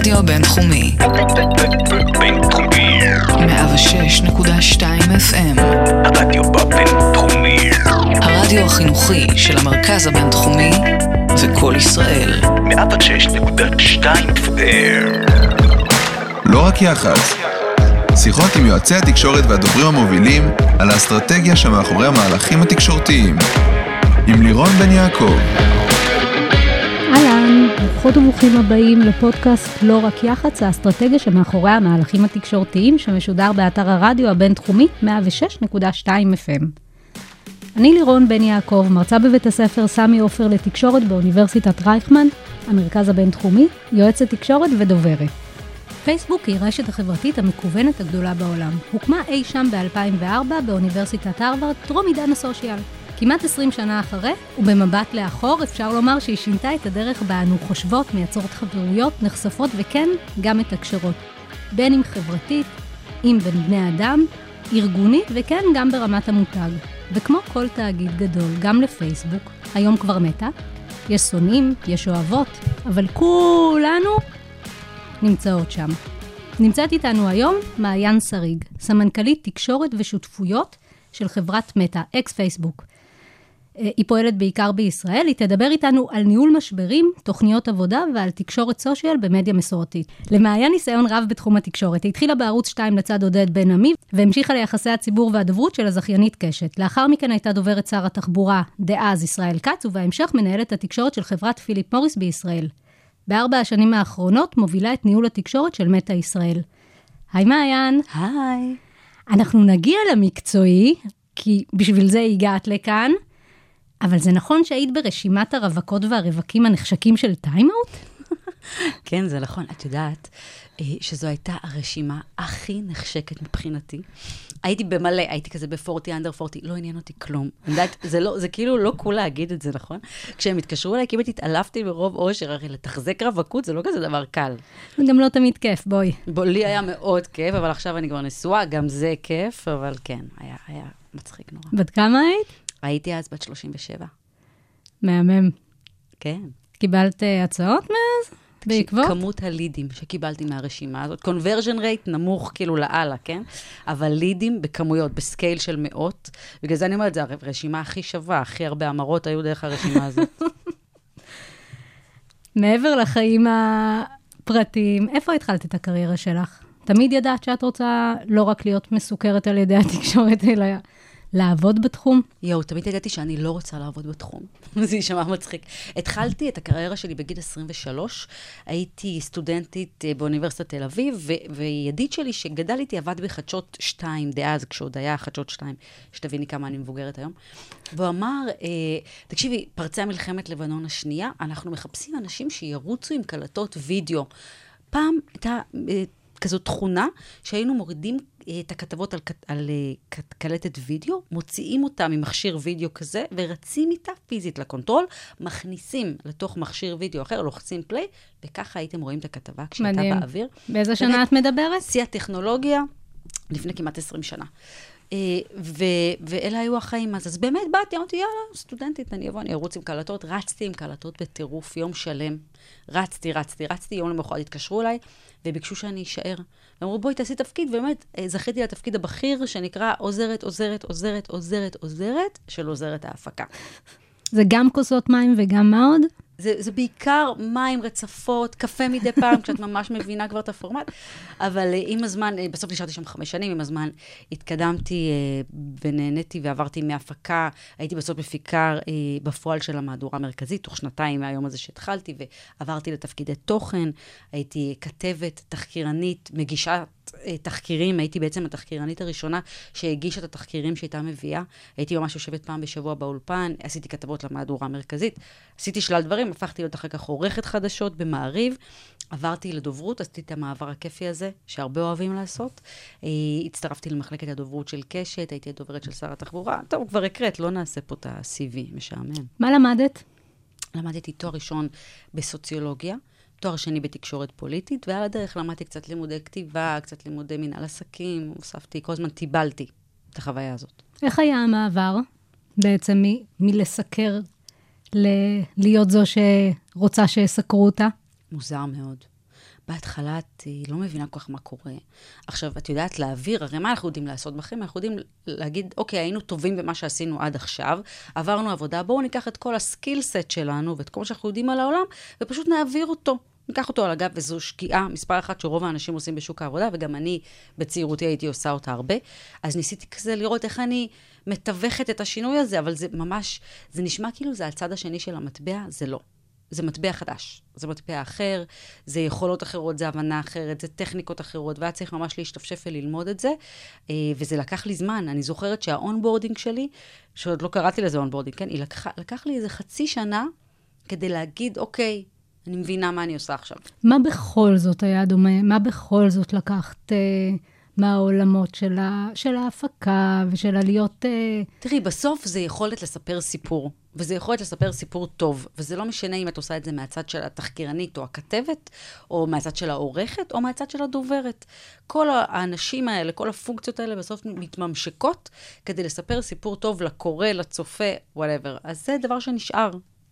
הרדיו הבינתחומי. בינתחומי. 106.2 FM. הרדיו הבינתחומי. הרדיו החינוכי של המרכז הבינתחומי וכל ישראל. 106.2 FM. לא רק יח"צ. שיחות עם יועצי התקשורת והדוברים המובילים על האסטרטגיה שמאחורי המהלכים התקשורתיים. עם לירון בן יעקב. אהלן, ברוכות וברוכים הבאים לפודקאסט לא רק יח"צ, האסטרטגיה שמאחורי המהלכים התקשורתיים שמשודר באתר הרדיו הבינתחומי 106.2 FM. אני לירון בן יעקב, מרצה בבית הספר סמי עופר לתקשורת באוניברסיטת רייכמן, המרכז הבינתחומי, יועצת תקשורת ודוברת. פייסבוק היא רשת החברתית המקוונת הגדולה בעולם. הוקמה אי שם ב-2004 באוניברסיטת הרווארד, טרום עידן הסושיאל. כמעט 20 שנה אחרי, ובמבט לאחור אפשר לומר שהיא שינתה את הדרך בה אנו חושבות, מייצרות חברויות, נחשפות וכן, גם מתקשרות. בין אם חברתית, אם בין בני אדם, ארגונית וכן גם ברמת המותג. וכמו כל תאגיד גדול, גם לפייסבוק, היום כבר מתה, יש שונאים, יש אוהבות, אבל כולנו נמצאות שם. נמצאת איתנו היום מעיין שריג, סמנכ"לית תקשורת ושותפויות של חברת מטא, אקס פייסבוק. היא פועלת בעיקר בישראל, היא תדבר איתנו על ניהול משברים, תוכניות עבודה ועל תקשורת סושיאל במדיה מסורתית. למעיין ניסיון רב בתחום התקשורת, היא התחילה בערוץ 2 לצד עודד בן עמי, והמשיכה ליחסי הציבור והדוברות של הזכיינית קשת. לאחר מכן הייתה דוברת שר התחבורה דאז ישראל כץ, ובהמשך מנהלת התקשורת של חברת פיליפ מוריס בישראל. ב4 השנים האחרונות מובילה את ניהול התקשורת של מטא ישראל. היי מעיין. היי. אנחנו נגיע למקצועי, כי בשביל זה הגעת לכאן, אבל זה נכון שהיית ברשימת הרווקות והרווקים הנחשקים של טיימאוט? כן, זה נכון. את יודעת שזו הייתה הרשימה הכי נחשקת מבחינתי. הייתי במלא, הייתי כזה ב-40, under 40, לא עניין אותי כלום. זה כאילו לא קול להגיד את זה, נכון? כשהם התקשרו אליי, כמעט התעלפתי ברוב אושר, הרי לתחזק רווקות זה לא כזה דבר קל. זה גם לא תמיד כיף, בואי. לי היה מאוד כיף, אבל עכשיו אני כבר נשואה, גם זה כיף, אבל כן, היה מצחיק נורא. בת כמה היית? הייתי אז בת 37. מהמם. כן. קיבלת הצעות מאז? בעקבות? כמות הלידים שקיבלתי מהרשימה הזאת, conversion rate נמוך כאילו לעלה, כן? אבל לידים בכמויות, בסקייל של מאות, בגלל זה אני אומרת, זה הרשימה הכי שווה, הכי הרבה אמרות היו דרך הרשימה הזאת. מעבר לחיים הפרטיים, איפה התחלת את הקריירה שלך? תמיד ידעת שאת רוצה לא רק להיות מסוכרת על ידי התקשורת, אלא לעבוד בתחום? תמיד ידעתי שאני לא רוצה לעבוד בתחום. זה יישמע מצחיק. התחלתי את הקריירה שלי בגיל 23, הייתי סטודנטית באוניברסיטת תל אביב, וידיד שלי שגדל איתי עבד בחדשות 2, דאז כשעוד היה חדשות 2, שתביני כמה אני מבוגרת היום, והוא אמר, תקשיבי, פרצה מלחמת לבנון השנייה, אנחנו מחפשים אנשים שירוצו עם קלטות וידאו. פעם הייתה כזו תכונה שהיינו מורידים את הכתבות על קלטת וידאו, מוציאים אותה ממכשיר וידאו כזה, ורצים איתה פיזית לקונטרול, מכניסים לתוך מכשיר וידאו אחר, לוחצים פליי, וככה הייתם רואים את הכתבה כשהייתה באוויר. באיזה שנה את מדברת? שיא הטכנולוגיה, לפני כמעט 20 שנה. ואלה היו החיים אז באמת באתי, אמרתי, יאללה, סטודנטית, אני ארוץ עם קלטות, רצתי עם קלטות בטירוף, יום שלם, רצתי, יום למחרת התקשרו אליי, וביקשו שאני אשאר. ואמרו, בואי תעשי תפקיד, ובאמת זכיתי לתפקיד הבכיר, שנקרא עוזרת של עוזרת ההפקה. זה גם כוסות מים וגם מה עוד? זה בעיקר מים, רצפות, קפה מדי פעם, כשאת ממש מבינה כבר את הפורמט. אבל עם הזמן, בסוף נשארתי שם 5 שנים, עם הזמן התקדמתי ונהניתי ועברתי מהפקה, הייתי בסוף מפיקה בפועל של המהדורה המרכזית, תוך 2 מהיום הזה שהתחלתי, ועברתי לתפקידי תוכן, הייתי כתבת, תחקירנית, מגישת תחקירים, הייתי בעצם התחקירנית הראשונה שהגישה את התחקירים שהייתה מביאה, הייתי ממש יושבת פעם בשבוע באולפן, עשיתי כתבות למהדורה המרכזית, עשיתי שלל דברים, הפכתי להיות אחר כך עורכת חדשות במעריב, עברתי לדוברות, עשיתי את המעבר הכיפי הזה, שהרבה אוהבים לעשות, הצטרפתי למחלקת הדוברות של קשת, הייתי הדוברת של שר התחבורה, טוב, כבר הקראת, לא נעשה פה את ה-CV, משעמם. מה למדת? למדתי תואר ראשון בסוציולוגיה, תואר שני בתקשורת פוליטית, ועל הדרך למדתי קצת לימודי כתיבה, קצת לימודי מנהל עסקים, הוספתי, כל הזמן טיבלתי את החוויה הזאת. איך היה המעבר בעצם מלסקר להיות זו שרוצה שיסקרו אותה? מוזר מאוד. בהתחלה את לא מבינה כל כך מה קורה. עכשיו, את יודעת להעביר, הרי מה אנחנו יודעים לעשות בכם? אנחנו יודעים להגיד, אוקיי, היינו טובים במה שעשינו עד עכשיו, עברנו עבודה, בואו ניקח את כל הסקילסט שלנו, ואת כל מה שאנחנו יודעים על העולם, ופשוט נעביר אותו. ניקח אותו על הגב, וזו שקיעה מספר אחת שרוב האנשים עושים בשוק העבודה, וגם אני בצעירותי הייתי עושה אותה הרבה. אז ניסיתי כזה לראות איך אני מתווכת את השינוי הזה, אבל זה ממש, זה נשמע כאילו זה הצד השני של המטבע, זה לא. זה מטבע חדש, זה מטבע אחר, זה יכולות אחרות, זה הבנה אחרת, זה טכניקות אחרות, והיה צריך ממש להשתפשף וללמוד את זה, וזה לקח לי זמן. אני זוכרת שהאונבורדינג שלי, שעוד לא קראתי לזה אונבורדינג, כן? לקח לי איזה חצי שנה כדי להגיד, אוקיי, אני מבינה מה אני עושה עכשיו. מה בכל זאת היה דומה? מה בכל זאת לקחת מהעולמות של ההפקה ושל עליות... תראי, בסוף זה יכולת לספר סיפור, וזה יכולת לספר סיפור טוב, וזה לא משנה אם את עושה את זה מהצד של התחקירנית או הכתבת, או מהצד של העורכת, או מהצד של הדוברת. כל האנשים האלה, כל הפונקציות האלה בסוף מתממשקות כדי לספר סיפור טוב לקורא, לצופה, whatever. אז זה דבר שנשאר.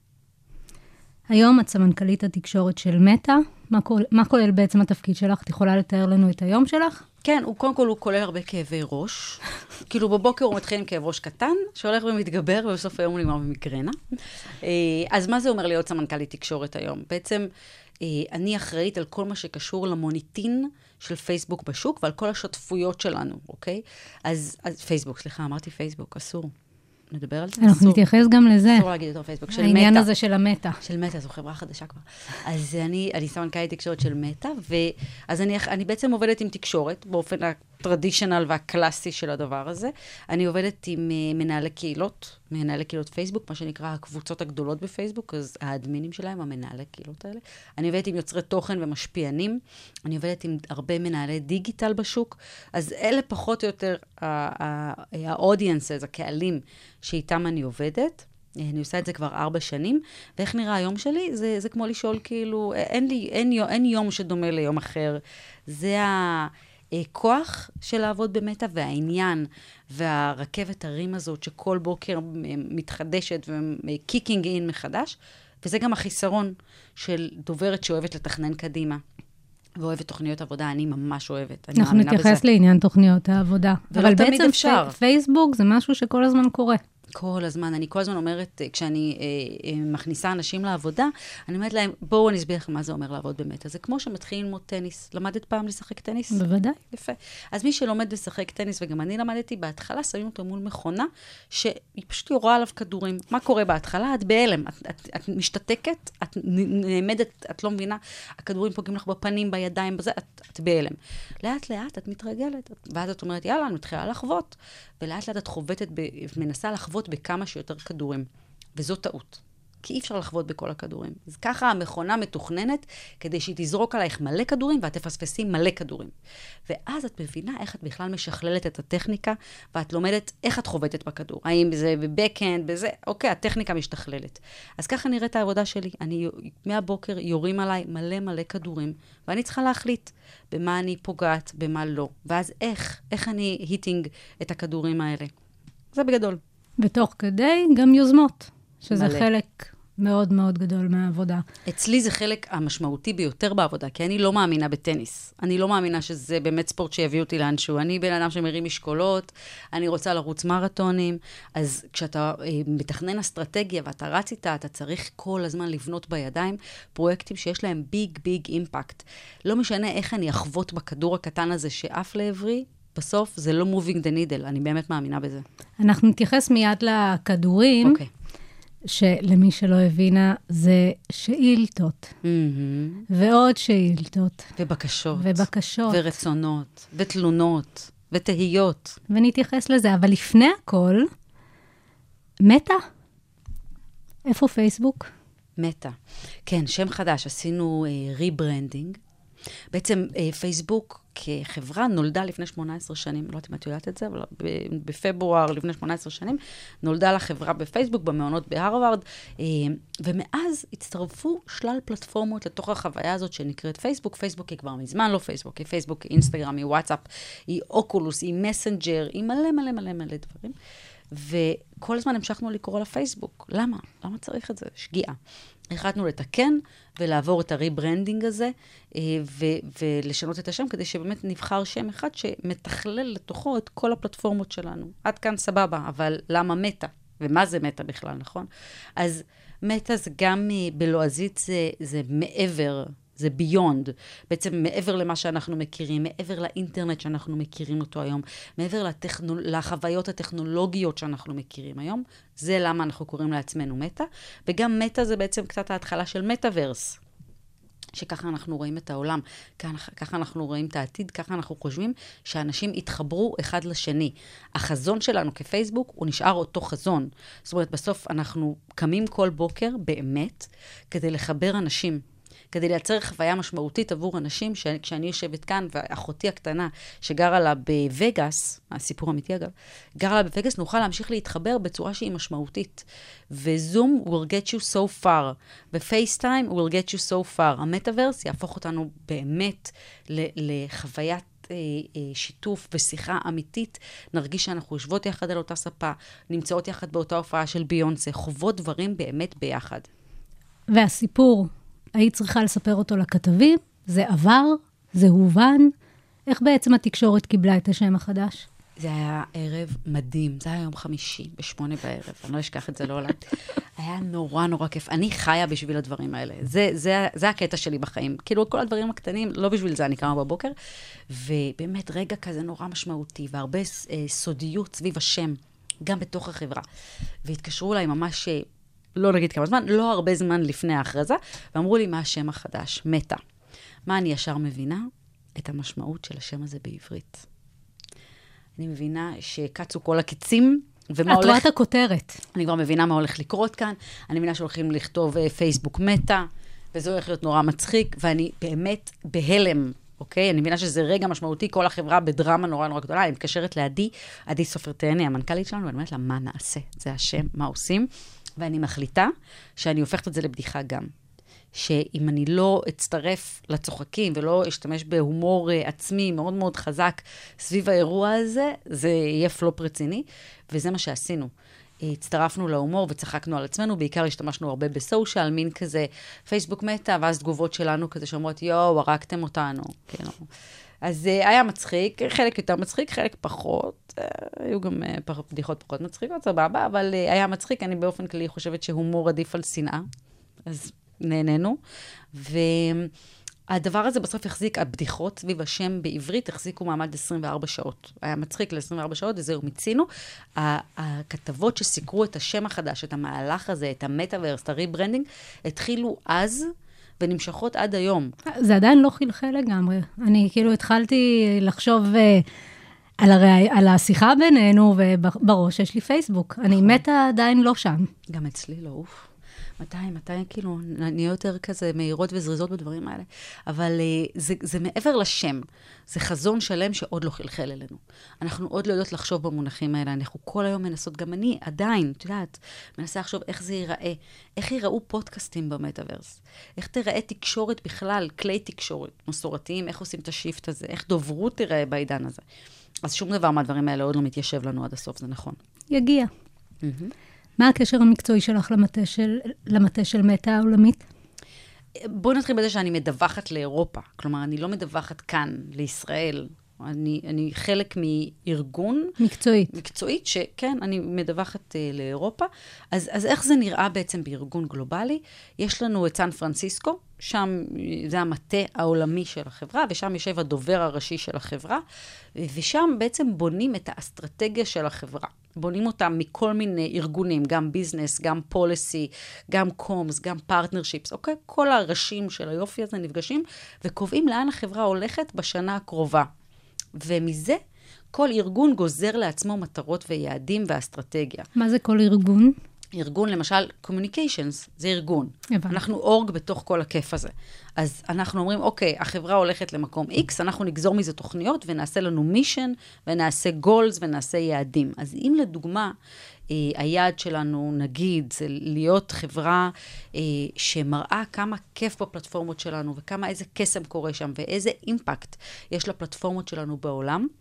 היום את סמנכ"לית התקשורת של מטא. מה כולל בעצם התפקיד שלך? את יכולה לתאר לנו את היום שלך? כן, קודם כל הוא כולל הרבה כאבי ראש. כאילו בבוקר הוא מתחיל עם כאב ראש קטן, שהולך ומתגבר, ובסוף היום הוא נגמר במיגרנה. אז מה זה אומר להיות סמנכ"לית תקשורת היום? בעצם אני אחראית על כל מה שקשור למוניטין של פייסבוק בשוק, ועל כל השותפויות שלנו, אוקיי? אז פייסבוק, סליחה, אמרתי פייסבוק, אסור. נדבר על זה? אנחנו נתייחס גם לזה. אסור להגיד יותר פייסבוק, של מטא. העניין הזה של המטא. של מטא, זו חברה חדשה כבר. אז אני סמנכ"לית תקשורת של מטא, ואז אני בעצם עובדת עם תקשורת, באופן הטרדישיונל והקלאסי של הדבר הזה. אני עובדת עם מנהלי קהילות פייסבוק, מה שנקרא הקבוצות הגדולות בפייסבוק, אז האדמינים שלהם, המנהלי קהילות האלה. אני עובדת עם יוצרי תוכן ומשפיענים, אני עובדת עם הרבה מנהלי דיגיטל בשוק, אז אלה פחות או יותר האודיאנסס, הקהלים שאיתם אני עובדת. אני עושה את זה כבר 4 שנים, ואיך נראה היום שלי? זה כמו לשאול כאילו, אין יום שדומה ליום אחר. זה הכוח של לעבוד במטא, והעניין, והרכבת הרים הזאת, שכל בוקר מתחדשת וקיקינג אין מחדש, וזה גם החיסרון של דוברת שאוהבת לתכנן קדימה. ואוהבת תוכניות עבודה, אני ממש אוהבת. אנחנו נתייחס לעניין תוכניות העבודה. אבל בעצם אפשר. פייסבוק זה משהו שכל הזמן קורה. כל הזמן. אני כל הזמן אומרת, כשאני מכניסה אנשים לעבודה, אני אומרת להם, בואו אני אסביר לכם מה זה אומר לעבוד במטא. זה כמו שמתחילים ללמוד טניס. למדת פעם לשחק טניס? בוודאי. יפה. אז מי שלומד לשחק טניס, וגם אני למדתי בהתחלה, שמים אותו מול מכונה, שהיא פשוט יורה עליו כדורים. מה קורה בהתחלה? את בהלם. את משתתקת, את נעמדת, את לא מבינה, הכדורים פוגעים לך בפנים, בידיים, בזה, את בהלם. לאט לאט את מתרגלת, ואז את אומרת, יאללה, אני מתחילה לחוות. ולאט לאט את חובטת, מנסה לחוות בכמה שיותר כדורים. וזו טעות. כי אי אפשר לחוות בכל הכדורים. אז ככה המכונה מתוכננת, כדי שהיא תזרוק עלייך מלא כדורים, ואת תפספסי מלא כדורים. ואז את מבינה איך את בכלל משכללת את הטכניקה, ואת לומדת איך את חובטת בכדור. האם זה בבקאנד, בזה, אוקיי, הטכניקה משתכללת. אז ככה נראית העבודה שלי. מהבוקר יורים עליי מלא כדורים, ואני צריכה להחליט במה אני פוגעת, במה לא. ואז איך אני היטינג את הכדורים האלה. זה בגדול. ותוך כדי גם יוזמות, שזה מלא. חלק מאוד מאוד גדול מהעבודה. אצלי זה חלק המשמעותי ביותר בעבודה, כי אני לא מאמינה בטניס. אני לא מאמינה שזה באמת ספורט שיביא אותי לאנשהו. אני בן אדם שמרים משקולות, אני רוצה לרוץ מרתונים, אז כשאתה מתכנן אסטרטגיה ואתה רץ איתה, אתה צריך כל הזמן לבנות בידיים פרויקטים שיש להם ביג אימפקט. לא משנה איך אני אחוות בכדור הקטן הזה שעף לעברי, בסוף זה לא moving the needle, אני באמת מאמינה בזה. אנחנו נתייחס מיד לכדורים, אוקיי. שלמי שלא הבינה, זה שאילתות. ועוד שאילתות. ובקשות. ורצונות. ותלונות. ותהיות. ונתייחס לזה. אבל לפני הכל, מטא? איפה פייסבוק? מטא. כן, שם חדש. עשינו ריברנדינג. בעצם פייסבוק כחברה נולדה לפני 18 שנים, לא יודעת אם את יודעת את זה, אבל בפברואר לפני 18 שנים, נולדה לחברה בפייסבוק, במעונות בהרווארד, ומאז הצטרפו שלל פלטפורמות לתוך החוויה הזאת שנקראת פייסבוק. פייסבוק היא כבר מזמן לא פייסבוק, היא פייסבוק, היא אינסטגרם, היא וואטסאפ, היא אוקולוס, היא מסנג'ר, היא מלא דברים. וכל הזמן המשכנו לקרוא לפייסבוק. למה? למה צריך את זה? שגיאה. החלטנו לתקן ולעבור את הריברנדינג הזה, ולשנות את השם, כדי שבאמת נבחר שם אחד שמתכלל לתוכו את כל הפלטפורמות שלנו. עד כאן סבבה, אבל למה מטה? ומה זה מטה בכלל, נכון? אז מטה זה גם בלועזית, זה מעבר, זה ביונד, בעצם מעבר למה שאנחנו מכירים, מעבר לאינטרנט שאנחנו מכירים אותו היום, מעבר לחוויות הטכנולוגיות שאנחנו מכירים היום, זה למה אנחנו קוראים לעצמנו מטה, וגם מטה זה בעצם קצת ההתחלה של מטאברס, שככה אנחנו רואים את העולם, ככה אנחנו רואים את העתיד, ככה אנחנו חושבים שאנשים יתחברו אחד לשני. החזון שלנו כפייסבוק הוא נשאר אותו חזון. זאת אומרת, בסוף אנחנו קמים כל בוקר באמת כדי לחבר אנשים, כדי לייצר חוויה משמעותית עבור אנשים, כשאני יושבת כאן, ואחותי הקטנה שגרה לה בווגאס, הסיפור אמיתי אגב, גרה לה בווגאס, נוכל להמשיך להתחבר בצורה שהיא משמעותית. וזום will get you so far, ופייסטיים will get you so far. המטאברס יהפוך אותנו באמת לחוויית שיתוף ושיחה אמיתית, נרגיש שאנחנו יושבות יחד על אותה ספה, נמצאות יחד באותה הופעה של ביונסה, חוות דברים באמת ביחד. והסיפור, היית צריכה לספר אותו לכתבים, זה עבר, זה הובן. איך בעצם התקשורת קיבלה את השם החדש? זה היה ערב מדהים, זה היה יום חמישי, ב8 בערב, אני לא אשכח את זה לעולם. היה נורא נורא כיף, אני חיה בשביל הדברים האלה, זה הקטע שלי בחיים. כאילו כל הדברים הקטנים, לא בשביל זה אני קמה בבוקר, ובאמת רגע כזה נורא משמעותי, והרבה סודיות סביב השם, גם בתוך החברה. והתקשרו אליי ממש, לא נגיד כמה זמן, לא הרבה זמן לפני ההכרזה, ואמרו לי מה השם החדש, מטה. מה אני ישר מבינה? את המשמעות של השם הזה בעברית. אני מבינה שקצו כל הקיצים, ומה הולך... את רואה את הכותרת. אני כבר מבינה מה הולך לקרות כאן, אני מבינה שהולכים לכתוב פייסבוק מטה, וזה הולך להיות נורא מצחיק, ואני באמת בהלם, אוקיי? אני מבינה שזה רגע משמעותי, כל החברה בדרמה נורא נורא גדולה, אני מתקשרת עדי סופרטני, המנכ"לית שלנו, ואני אומרת לה, מה נעשה? זה השם, מה עושים? ואני מחליטה שאני הופכת את זה לבדיחה גם. שאם אני לא אצטרף לצוחקים ולא אשתמש בהומור עצמי מאוד מאוד חזק סביב האירוע הזה, זה יהיה פלופ רציני, וזה מה שעשינו. הצטרפנו להומור וצחקנו על עצמנו, בעיקר השתמשנו הרבה בסושיאל, מין כזה פייסבוק מטה, ואז תגובות שלנו כזה שאומרות, יואו, הרגתם אותנו. כאילו. אז היה מצחיק, חלק יותר מצחיק, חלק פחות, היו גם בדיחות פחות מצחיקות, סבבה, אבל היה מצחיק, אני באופן כללי חושבת שהומור עדיף על שנאה, אז נהנינו, והדבר הזה בסוף החזיק, הבדיחות סביב השם בעברית החזיקו מעמד 24 שעות. היה מצחיק ל-24 שעות, וזהו, מיצינו. הכתבות שסיקרו את השם החדש, את המהלך הזה, את המטאברס, את הריברנדינג, התחילו אז, ונמשכות עד היום. זה עדיין לא חלחל לגמרי. אני כאילו התחלתי לחשוב על השיחה בינינו, ובראש יש לי פייסבוק. אני מתה עדיין לא שם. גם אצלי לא, מתי כאילו נהיה יותר כזה מהירות וזריזות בדברים האלה. אבל זה מעבר לשם. זה חזון שלם שעוד לא חלחל אלינו. אנחנו עוד לא יודעות לחשוב במונחים האלה. אנחנו כל היום מנסות, גם אני עדיין, את יודעת, מנסה לחשוב איך זה ייראה. איך ייראו פודקאסטים במטאברס. איך תיראה תקשורת בכלל, כלי תקשורת מסורתיים, איך עושים את השיפט הזה, איך דוברות תיראה בעידן הזה. אז שום דבר מהדברים האלה עוד לא מתיישב לנו עד הסוף, זה נכון. יגיע. מה הקשר המקצועי שלך למטה של מטה העולמית? בואו נתחיל בזה שאני מדווחת לאירופה. כלומר, אני לא מדווחת כאן, לישראל. אני חלק מארגון. מקצועית, שכן, אני מדווחת לאירופה. אז איך זה נראה בעצם בארגון גלובלי? יש לנו את סן פרנסיסקו, שם זה המטה העולמי של החברה, ושם יושב הדובר הראשי של החברה, ושם בעצם בונים את האסטרטגיה של החברה. בונים אותם מכל מיני ארגונים, גם ביזנס, גם פוליסי, גם קומס, גם פרטנרשיפס, אוקיי? כל הראשים של היופי הזה נפגשים, וקובעים לאן החברה הולכת בשנה הקרובה. ומזה כל ארגון גוזר לעצמו מטרות ויעדים ואסטרטגיה. מה זה כל ארגון? ארגון, למשל, communications, זה ארגון. הבנתי. אנחנו אורג בתוך כל הכיף הזה. אז אנחנו אומרים, אוקיי, החברה הולכת למקום X, אנחנו נגזור מזה תוכניות ונעשה לנו מישן, ונעשה גולס ונעשה יעדים. אז אם לדוגמה, היעד שלנו, נגיד, זה להיות חברה שמראה כמה כיף בפלטפורמות שלנו, וכמה איזה קסם קורה שם, ואיזה אימפקט יש לפלטפורמות שלנו בעולם,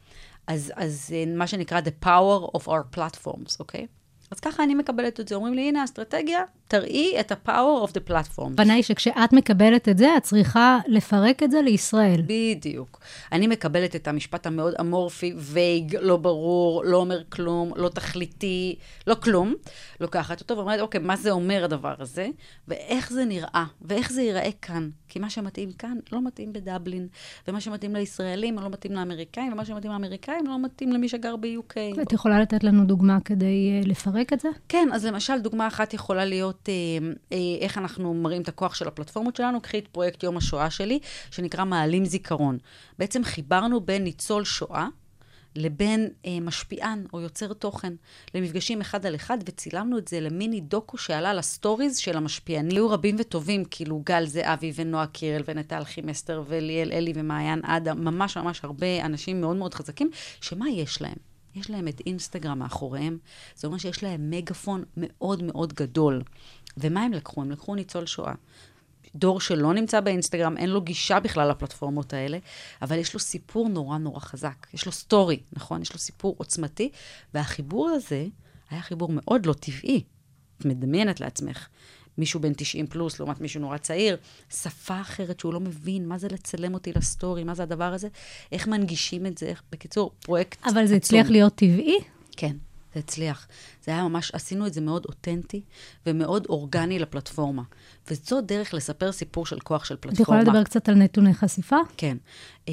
אז מה שנקרא the power of our platforms, אוקיי? אז ככה אני מקבלת את זה. אומרים לי, הנה האסטרטגיה, תראי את ה-power of the platform. בנאי שכשאת מקבלת את זה, את צריכה לפרק את זה לישראל. בדיוק. אני מקבלת את המשפט המאוד אמורפי, וייג, לא ברור, לא אומר כלום, לא תכליתי, לא כלום. לוקחת אותו ואומרת, אוקיי, מה זה אומר הדבר הזה? ואיך זה נראה? ואיך זה ייראה כאן? כי מה שמתאים כאן לא מתאים בדבלין, ומה שמתאים לישראלים לא מתאים לאמריקאים, ומה שמתאים לאמריקאים לא מתאים למי שגר ב-UK. את יכולה לתת לנו דוגמה כדי לפרק את זה? כן, אז למשל, דוגמה אחת יכולה להיות איך אנחנו מראים את הכוח של הפלטפורמות שלנו. קחי את פרויקט יום השואה שלי, שנקרא מעלים זיכרון. בעצם חיברנו בין ניצול שואה, לבין משפיען או יוצר תוכן, למפגשים אחד על אחד, וצילמנו את זה למיני דוקו שעלה לסטוריז של המשפיענים. היו רבים וטובים, כאילו גל זהבי ונועה קירל ונטל חימסטר וליאל אלי ומעיין אדם, ממש ממש הרבה אנשים מאוד מאוד חזקים, שמה יש להם? יש להם את אינסטגרם מאחוריהם, זה אומר שיש להם מגפון מאוד מאוד גדול. ומה הם לקחו? הם לקחו ניצול שואה. דור שלא נמצא באינסטגרם, אין לו גישה בכלל לפלטפורמות האלה, אבל יש לו סיפור נורא נורא חזק. יש לו סטורי, נכון? יש לו סיפור עוצמתי, והחיבור הזה היה חיבור מאוד לא טבעי. את מדמיינת לעצמך. מישהו בן 90 פלוס, לעומת מישהו נורא צעיר, שפה אחרת שהוא לא מבין מה זה לצלם אותי לסטורי, מה זה הדבר הזה, איך מנגישים את זה, בקיצור, פרויקט אבל זה הצליח להיות טבעי? כן, זה הצליח. זה היה ממש, עשינו את זה מאוד אותנטי, ומאוד אורגני לפלטפורמה. וזו דרך לספר סיפור של כוח של פלטפורמה. את יכולה לדבר קצת על נתוני חשיפה? כן. 6.5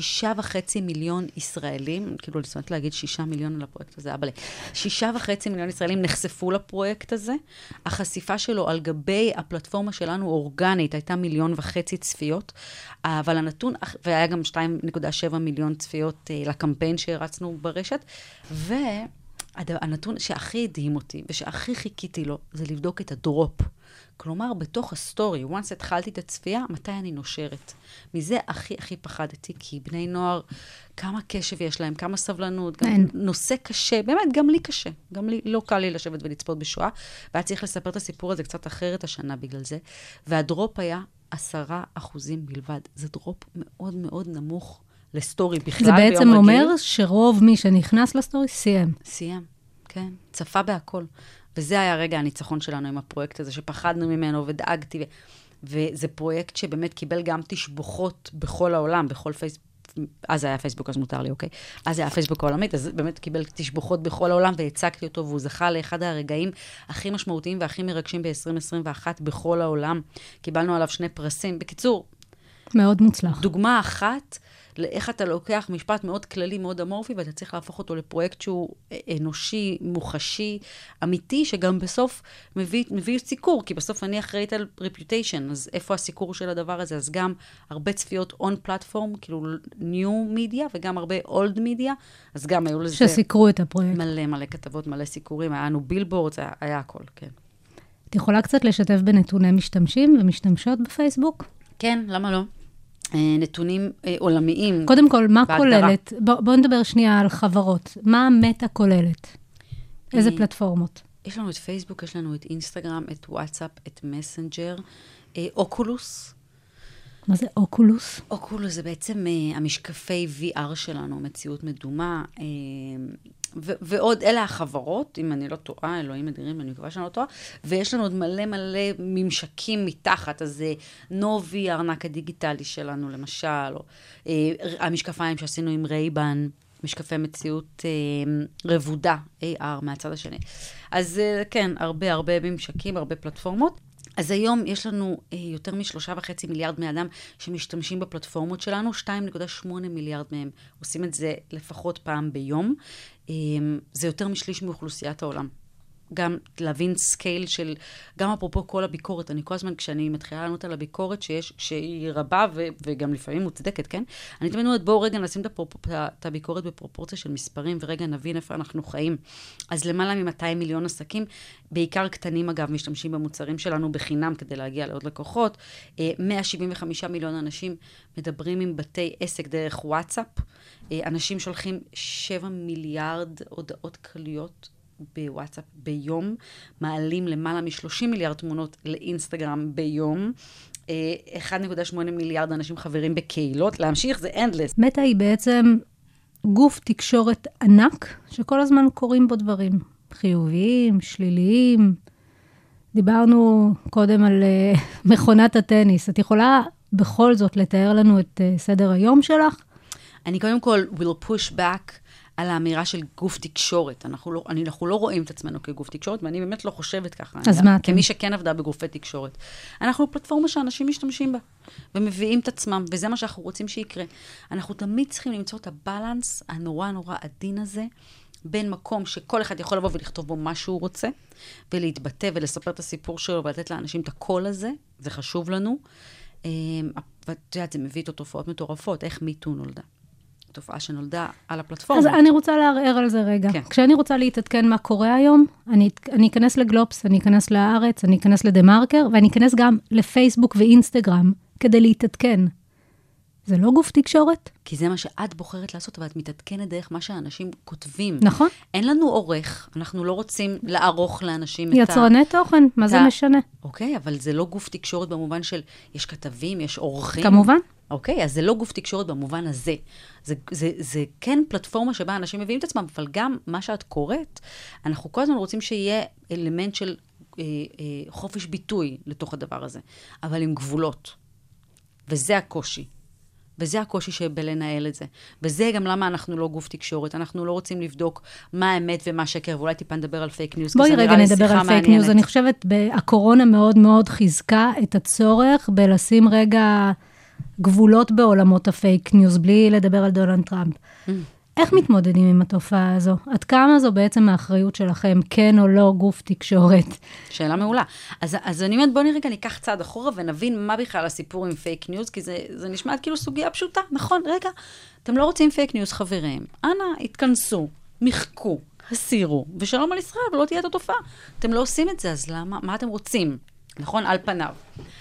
מיליון ישראלים, כאילו אני שונאת להגיד 6 מיליון על הפרויקט הזה, אבל 6.5 מיליון ישראלים נחשפו לפרויקט הזה. החשיפה שלו על גבי הפלטפורמה שלנו אורגנית, הייתה 1.5 מיליון צפיות, אבל הנתון, והיה גם 2.7 מיליון צפיות לקמפיין שהרצנו ברשת, והנתון שהכי הדהים אותי, ושהכי חיכיתי לו, זה לבדוק את הדרופ. כלומר, בתוך הסטורי, once התחלתי את הצפייה, מתי אני נושרת? מזה הכי פחדתי, כי בני נוער, כמה קשב יש להם, כמה סבלנות, גם נושא קשה, באמת, גם לי קשה. גם לי, לא קל לי לשבת ולצפות בשואה, והיה צריך לספר את הסיפור הזה קצת אחרת השנה בגלל זה, והדרופ היה 10% בלבד. זה דרופ מאוד מאוד נמוך לסטורי בכלל. זה בעצם אומר שרוב מי שנכנס לסטורי סיים. סיים, כן. צפה בהכל. וזה היה רגע הניצחון שלנו עם הפרויקט הזה, שפחדנו ממנו ודאגתי. וזה פרויקט שבאמת קיבל גם תשבוכות בכל העולם, בכל פייסבוק. אז היה פייסבוק, אז מותר לי, אוקיי? אז היה פייסבוק העולמית, אז באמת קיבל תשבוכות בכל העולם, והצגתי אותו, והוא זכה לאחד הרגעים הכי משמעותיים והכי מרגשים ב-2021 בכל העולם. קיבלנו עליו 2 פרסים. בקיצור, מאוד מוצלח. דוגמה אחת, לאיך אתה לוקח משפט מאוד כללי, מאוד אמורפי, ואתה צריך להפוך אותו לפרויקט שהוא אנושי, מוחשי, אמיתי, שגם בסוף מביא סיקור, כי בסוף אני אחראית על reputation, אז איפה הסיקור של הדבר הזה? אז גם הרבה צפיות on platform, כאילו new media, וגם הרבה old media, אז גם היו לזה... שסיקרו את הפרויקט. מלא כתבות, מלא סיקורים, היה לנו בילבורד, היה הכל, כן. את יכולה קצת לשתף בנתוני משתמשים ומשתמשות בפייסבוק? כן, למה לא? נתונים עולמיים. קודם כל, מה כוללת? בואו נדבר שנייה על חברות. מה המטה כוללת? איזה פלטפורמות? יש לנו את פייסבוק, יש לנו את אינסטגרם, את וואטסאפ, את מסנג'ר, אוקולוס. מה זה אוקולוס? אוקולוס זה בעצם המשקפי VR שלנו, מציאות מדומה, ועוד אלה החברות, אם אני לא טועה, אלוהים אדירים, אני מקווה שאני לא טועה, ויש לנו עוד מלא ממשקים מתחת, אז זה נובי, הארנק הדיגיטלי שלנו, למשל, או המשקפיים שעשינו עם רייבן, משקפי מציאות רבודה, AR מהצד השני. אז כן, הרבה ממשקים, הרבה פלטפורמות. אז היום יש לנו יותר מ3.5 מיליארד בני אדם שמשתמשים בפלטפורמות שלנו, 2.8 מיליארד מהם עושים את זה לפחות פעם ביום. זה יותר משליש מאוכלוסיית העולם. גם להבין סקייל של, גם אפרופו כל הביקורת, אני כל הזמן כשאני מתחילה לענות על הביקורת שהיא רבה וגם לפעמים מוצדקת, כן? אני תמיד אומרת, בואו רגע נשים את הביקורת בפרופורציה של מספרים, ורגע נבין איפה אנחנו חיים. אז למעלה מ-200 מיליון עסקים, בעיקר קטנים אגב, משתמשים במוצרים שלנו בחינם כדי להגיע לעוד לקוחות. 175 מיליון אנשים מדברים עם בתי עסק דרך וואטסאפ. אנשים שולחים 7 מיליארד הודעות קליות בוואטסאפ ביום, מעלים למעלה מ-30 מיליארד תמונות לאינסטגרם ביום, 1.8 מיליארד אנשים חברים בקהילות, להמשיך זה endless. מטא היא בעצם גוף תקשורת ענק, שכל הזמן קוראים בו דברים חיוביים, שליליים. דיברנו קודם על מכונת הטניס. את יכולה בכל זאת לתאר לנו את סדר היום שלך? אני קודם כל will push back על האמירה של גוף תקשורת. אנחנו לא רואים את עצמנו כגוף תקשורת, ואני באמת לא חושבת ככה. אז מה אתם? כמי שכן עבדה בגופי תקשורת. אנחנו פלטפורמה שאנשים משתמשים בה, ומביאים את עצמם, וזה מה שאנחנו רוצים שיקרה. אנחנו תמיד צריכים למצוא את הבלנס הנורא נורא עדין הזה, בין מקום שכל אחד יכול לבוא ולכתוב בו מה שהוא רוצה, ולהתבטא ולספר את הסיפור שלו, ולתת לאנשים את הקול הזה, זה חשוב לנו. ואת יודעת, זה מביא איתו תופעות מטורפות, איך מיטו נולדה. תופעה שנולדה על הפלטפורמה. אז אני רוצה לערער על זה רגע. כן. כשאני רוצה להתעדכן מה קורה היום, אני אכנס לגלובס, אני אכנס לארץ, אני אכנס לדמרקר, ואני אכנס גם לפייסבוק ואינסטגרם, כדי להתעדכן. זה לא גוף תקשורת? כי זה מה שאת בוחרת לעשות, אבל את מתעדכנת דרך מה שאנשים כותבים. נכון. אין לנו עורך, אנחנו לא רוצים לערוך לאנשים את יצרני תוכן, מה זה משנה? אוקיי, אבל זה לא גוף תקשורת במובן של, יש כתבים, יש עורכים. כמובן. אוקיי, אז זה לא גוף תקשורת במובן הזה. זה כן פלטפורמה שבה אנשים מביאים את עצמם, אבל גם מה שאת קוראת, אנחנו כל הזמן רוצים שיהיה אלמנט של חופש ביטוי לתוך הדבר הזה, אבל עם גבולות. וזה הקושי. וזה הקושי שבלנהל את זה. וזה גם למה אנחנו לא גוף תקשורת. אנחנו לא רוצים לבדוק מה האמת ומה שקר, ואולי טיפה נדבר על פייק ניוז. בואי רגע נדבר על פייק ניוז. אני חושבת, הקורונה מאוד מאוד חיזקה את הצורך בלשים רגע גבולות בעולמות הפייק ניוז, בלי לדבר על דונלד טראמפ. איך מתמודדים עם התופעה הזו? עד כמה זו בעצם האחריות שלכם, כן או לא גוף תקשורת? שאלה מעולה. אז אני אומרת, בואו נרגע, ניקח צעד אחורה ונבין מה בכלל הסיפור עם פייק ניוז, כי זה נשמע כאילו סוגיה פשוטה. נכון, רגע, אתם לא רוצים פייק ניוז, חברים. אנא, התכנסו, מחקו, הסירו, ושלום על ישראל, ולא תהיה את התופעה. אתם לא עושים את זה, אז למה? מה אתם רוצים? נכון, על פניו.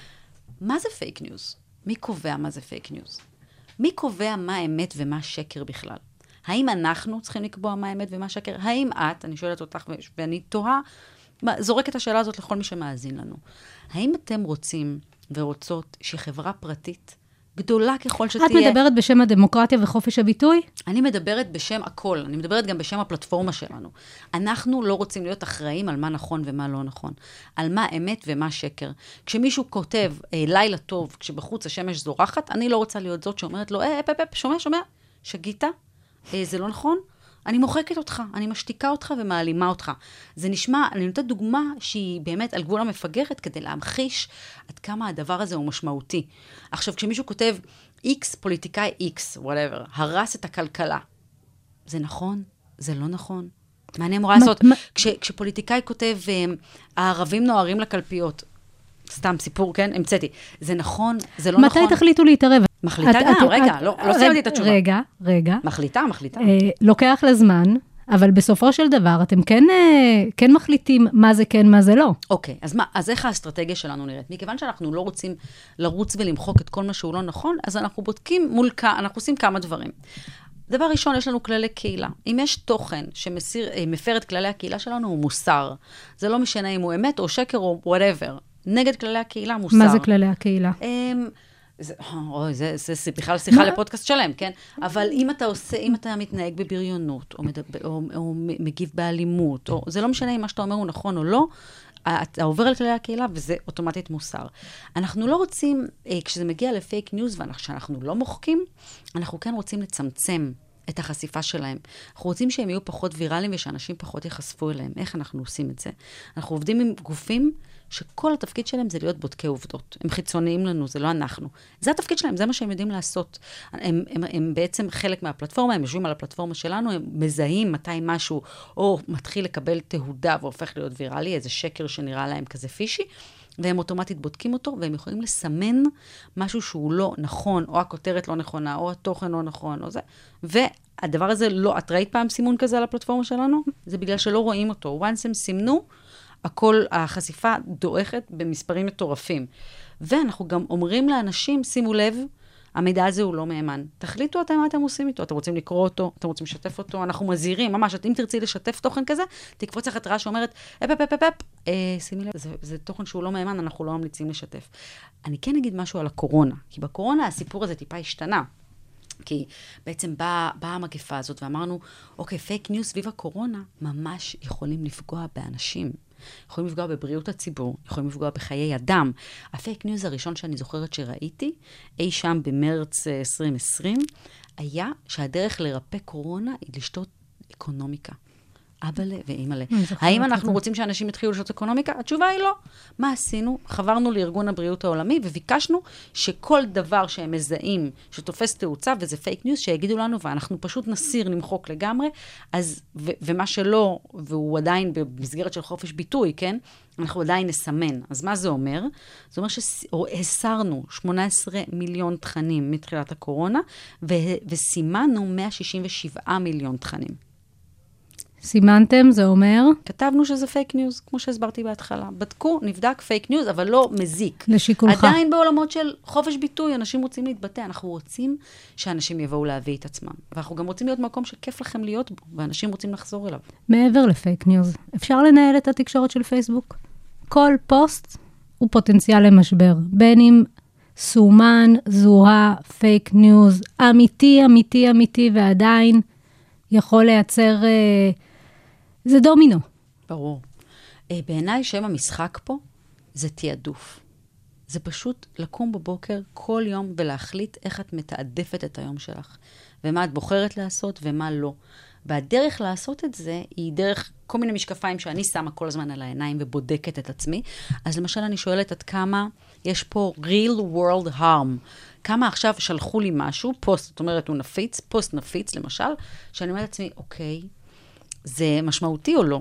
מה זה פייק ניוז? מי קובע מה זה פייק ניוז? מי קובע מה האמת ומה שקר בכלל? האם אנחנו צריכים לקבוע מה האמת ומה שקר? האם את, אני שואלת אותך ואני תוהה, זורק את השאלה הזאת לכל מי שמאזין לנו. האם אתם רוצים ורוצות שחברה פרטית, גדולה ככל שתהיה... את מדברת בשם הדמוקרטיה וחופש הביטוי? אני מדברת בשם הכל, אני מדברת גם בשם הפלטפורמה שלנו. אנחנו לא רוצים להיות אחראים על מה נכון ומה לא נכון, על מה אמת ומה שקר. כשמישהו כותב לילה טוב, כשבחוץ השמש זורחת, אני לא רוצה להיות זאת שאומרת לו, שומע, שגית? זה לא נכון? אני מוחקת אותך, אני משתיקה אותך ומעלימה אותך. זה נשמע, אני נותנת דוגמה שהיא באמת על גבול המפגרת, כדי להמחיש עד כמה הדבר הזה הוא משמעותי. עכשיו, כשמישהו כותב, X, פוליטיקאי X, whatever, הרס את הכלכלה. זה נכון? זה לא נכון? מה אני אמורה לעשות? כשפוליטיקאי כותב, הערבים נוערים לקלפיות, סתם סיפור, כן? המצאתי. זה נכון? זה לא נכון? מתי תחליטו להתערב? מחליטה גם, רגע, לא סיימתי את התשובה. רגע. מחליטה. לוקח לזמן, אבל בסופו של דבר, אתם כן מחליטים מה זה כן, מה זה לא. אוקיי, אז איך האסטרטגיה שלנו נראית? מכיוון שאנחנו לא רוצים לרוץ ולמחוק את כל מה שהוא לא נכון, אז אנחנו בודקים אנחנו עושים כמה דברים. דבר ראשון, יש לנו כללי קהילה. אם יש תוכן שמפר את כללי הקהילה שלנו, הוא מוסר. זה לא משנה אם הוא אמת או שקר או whatever. נגד כללי הקהילה מוסר. מה זה כללי הקהילה? זה בכלל שיחה לפודקאסט שלם, כן? אבל אם אתה מתנהג בבריונות, או מגיב באלימות, זה לא משנה אם מה שאתה אומר הוא נכון או לא, אתה עובר על כללי הקהילה, וזה אוטומטית מוסר. אנחנו לא רוצים, כשזה מגיע לפייק ניוז, ואנחנו לא מוחקים, אנחנו כן רוצים לצמצם את החשיפה שלהם. אנחנו רוצים שהם יהיו פחות ויראליים, ושאנשים פחות יחשפו אליהם. איך אנחנו עושים את זה? אנחנו עובדים עם גופים, שכל התפקיד שלהם זה להיות בודקי עובדות. הם חיצוניים לנו, זה לא אנחנו. זה התפקיד שלהם, זה מה שהם יודעים לעשות. הם בעצם חלק מהפלטפורמה, הם יושבים על הפלטפורמה שלנו, הם מזהים מתי משהו, או מתחיל לקבל תהודה, והופך להיות ויראלי, איזה שקר שנראה להם כזה פישי, והם אוטומטית בודקים אותו, והם יכולים לסמן משהו שהוא לא נכון, או הכותרת לא נכונה, או התוכן לא נכון, או זה. והדבר הזה לא, את ראית פעם סימון כזה על הפלטפורמה שלנו? זה בגלל שלא רואים אותו. once הם סימנו, הכל, החשיפה דועכת במספרים מטורפים. ואנחנו גם אומרים לאנשים, שימו לב, המידע הזה הוא לא מהימן. תחליטו אתם מה אתם עושים איתו. אתם רוצים לקרוא אותו, אתם רוצים לשתף אותו, אנחנו מזהירים, ממש, אם תרצי לשתף תוכן כזה, תקפוץ לך התראה שאומרת, שימי לב, זה תוכן שהוא לא מהימן, אנחנו לא ממליצים לשתף. אני כן אגיד משהו על הקורונה, כי בקורונה הסיפור הזה טיפה השתנה. כי בעצם באה המגפה הזאת ואמרנו, אוקיי, פייק ניוז סביב הקורונה ממש יכולים לפגוע באנשים. יכולים לפגוע בבריאות הציבור, יכולים לפגוע בחיי אדם. הפייק ניוז הראשון שאני זוכרת שראיתי, אי שם במרץ 2020, היה שהדרך לרפא קורונה היא לשתות אקונומיקה. אבאלה ואימאלה. האם אנחנו רוצים שאנשים יתחילו לשתות אקונומיקה? התשובה היא לא. מה עשינו? חברנו לארגון הבריאות העולמי וביקשנו שכל דבר שהם מזהים, שתופס תאוצה וזה פייק ניוז, שיגידו לנו, ואנחנו פשוט נסיר, נמחוק לגמרי, ומה שלא, והוא עדיין במסגרת של חופש ביטוי, כן? אנחנו עדיין נסמן. אז מה זה אומר? זה אומר שהסרנו 18 מיליון תכנים מתחילת הקורונה, וסימנו 167 מיליון תכנים. סימנתם, זה אומר? כתבנו שזה פייק ניוז, כמו שהסברתי בהתחלה. בדקו, נבדק פייק ניוז, אבל לא מזיק. לשיקולך. עדיין בעולמות של חופש ביטוי, אנשים רוצים להתבטא. אנחנו רוצים שאנשים יבואו להביא את עצמם. ואנחנו גם רוצים להיות מקום שכיף לכם להיות בו, ואנשים רוצים לחזור אליו. מעבר לפייק ניוז, אפשר לנהל את התקשורת של פייסבוק. כל פוסט הוא פוטנציאל למשבר. בין אם סומן, זוהה, פייק ניוז, אמיתי, ועדיין יכול לייצר... זה דומינו. ברור. בעיניי שם המשחק פה זה תיעדוף. זה פשוט לקום בבוקר כל יום ולהחליט איך את מתעדפת את היום שלך. ומה את בוחרת לעשות ומה לא. והדרך לעשות את זה היא דרך כל מיני משקפיים שאני שמה כל הזמן על העיניים ובודקת את עצמי. אז למשל אני שואלת עד כמה יש פה real world harm. כמה עכשיו שלחו לי משהו, פוסט, זאת אומרת הוא נפיץ, פוסט נפיץ למשל, שאני אומרת לעצמי, אוקיי, זה משמעותי או לא?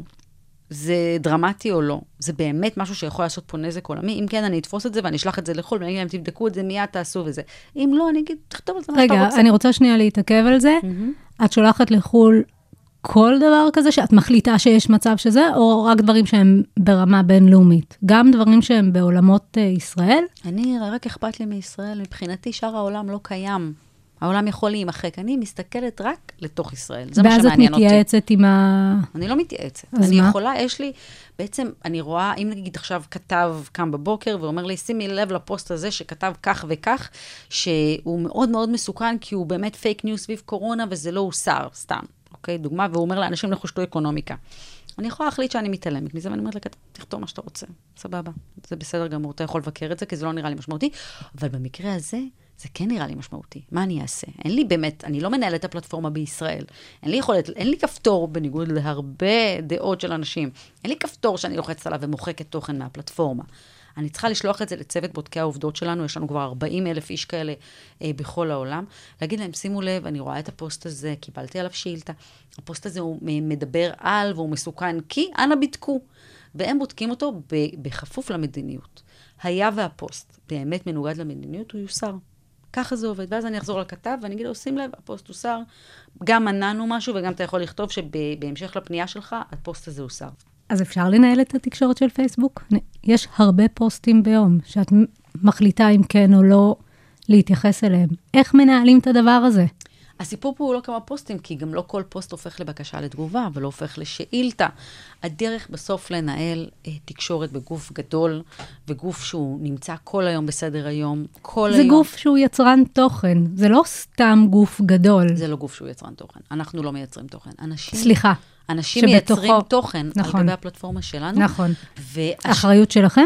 זה דרמטי או לא? זה באמת משהו שיכול לעשות פה נזק עולמי? אם כן, אני אתפוס את זה ואני אשלח את זה לחול, ואני אגיד להם, תבדקו את זה, מיד תעשו וזה. אם לא, אני אגיד, תכתוב על זה מה שאתה רוצה. רגע, אני רוצה שנייה להתעכב על זה. את שולחת לחול כל דבר כזה, שאת מחליטה שיש מצב שזה, או רק דברים שהם ברמה בינלאומית? גם דברים שהם בעולמות ישראל? אני רק אכפת לי מישראל. מבחינתי, שאר העולם לא קיים. העולם יכול להימחק. אני מסתכלת רק לתוך ישראל. זה מה שמעניין אותי. ואז את מתייעצת עם ה... אני לא מתייעצת. אני יכולה, יש לי, בעצם אני רואה, אם נגיד עכשיו כתב קם בבוקר, ואומר לי, שימי לב לפוסט הזה שכתב כך וכך, שהוא מאוד מאוד מסוכן, כי הוא באמת פייק ניוז סביב קורונה, וזה לא הוסר, סתם. אוקיי, דוגמה, והוא אומר לאנשים לחושתו אקונומיקה. אני יכולה להחליט שאני מתעלמת מזה, ואני אומרת לה, תכתוב מה שאתה רוצה. סבבה. זה בסדר גמור, אתה יכול לבקר את זה, כי זה לא נראה לי משמעותי. אבל במקרה הזה, זה כן נראה לי משמעותי. מה אני אעשה? אין לי באמת, אני לא מנהלת את הפלטפורמה בישראל. אין לי יכולת, אין לי כפתור בניגוד להרבה דעות של אנשים. אין לי כפתור שאני לוחצת עליו ומוחקת תוכן מהפלטפורמה. אני צריכה לשלוח את זה לצוות בודקי העובדות שלנו, יש לנו כבר 40,000 איש כאלה בכל העולם. להגיד להם, שימו לב, אני רואה את הפוסט הזה, קיבלתי עליו שאילתה. הפוסט הזה הוא מדבר על והוא מסוכן, כי אנא בדקו. והם בודקים אותו בכפוף למדיניות. היה והפוסט באמת מנוגד למדיניות, הוא יוסר. ככה זה עובד. ואז אני אחזור לכתב ואני אגיד לו, שים לב, הפוסט הוסר. גם מנענו משהו וגם אתה יכול לכתוב שבהמשך לפנייה שלך, הפוסט הזה הוסר. אז אפשר לנהל את התקשורת של פייסבוק? יש הרבה פוסטים ביום, שאת מחליטה אם כן או לא להתייחס אליהם. איך מנהלים את הדבר הזה? הסיפור פה הוא לא כמה פוסטים, כי גם לא כל פוסט הופך לבקשה לתגובה, אבל לא הופך לשאילתה. הדרך בסוף לנהל תקשורת בגוף גדול, וגוף שהוא נמצא כל היום בסדר היום, כל זה היום. גוף שהוא יצרן תוכן, זה לא סתם גוף גדול. זה לא גוף שהוא יצרן תוכן. אנחנו לא מייצרים תוכן. סליחה. אנשים מייצרים תוכן נכון. על גבי הפלטפורמה שלנו. נכון. אחריות שלכם?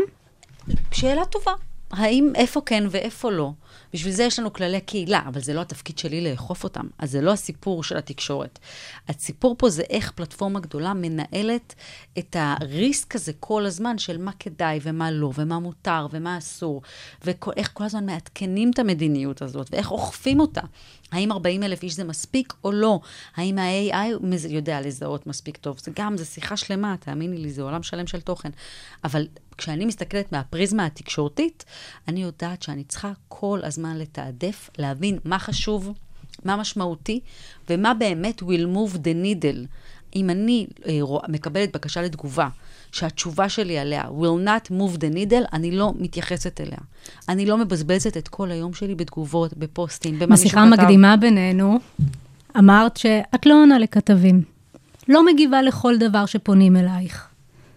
שאלה טובה. האם איפה כן ואיפה לא? בשביל זה יש לנו כללי קהילה, אבל זה לא התפקיד שלי לאכוף אותם. אז זה לא הסיפור של התקשורת. הסיפור פה זה איך פלטפורמה גדולה מנהלת את הריסק הזה כל הזמן של מה כדאי ומה לא, ומה מותר ומה אסור, ואיך כל הזמן מעדכנים את המדיניות הזאת, ואיך אוכפים אותה. האם 40,000 איש זה מספיק או לא? האם ה-AI יודע לזהות מספיק טוב? זה גם, זה שיחה שלמה, תאמיני לי, זה עולם שלם של תוכן. אבל כשאני מסתכלת מהפריזמה התקשורתית, אני יודעת שאני צריכה כל הזמן לתעדף, להבין מה חשוב, מה משמעותי, ומה באמת will move the needle. אם אני מקבלת בקשה לתגובה, שהתשובה שלי עליה will not move the needle, אני לא מתייחסת אליה. אני לא מבזבזת את כל היום שלי בתגובות, בפוסטים, במה מישהו כתב. בשיחה מקדימה בינינו, אמרת שאת לא עונה לכתבים. לא מגיבה לכל דבר שפונים אלייך.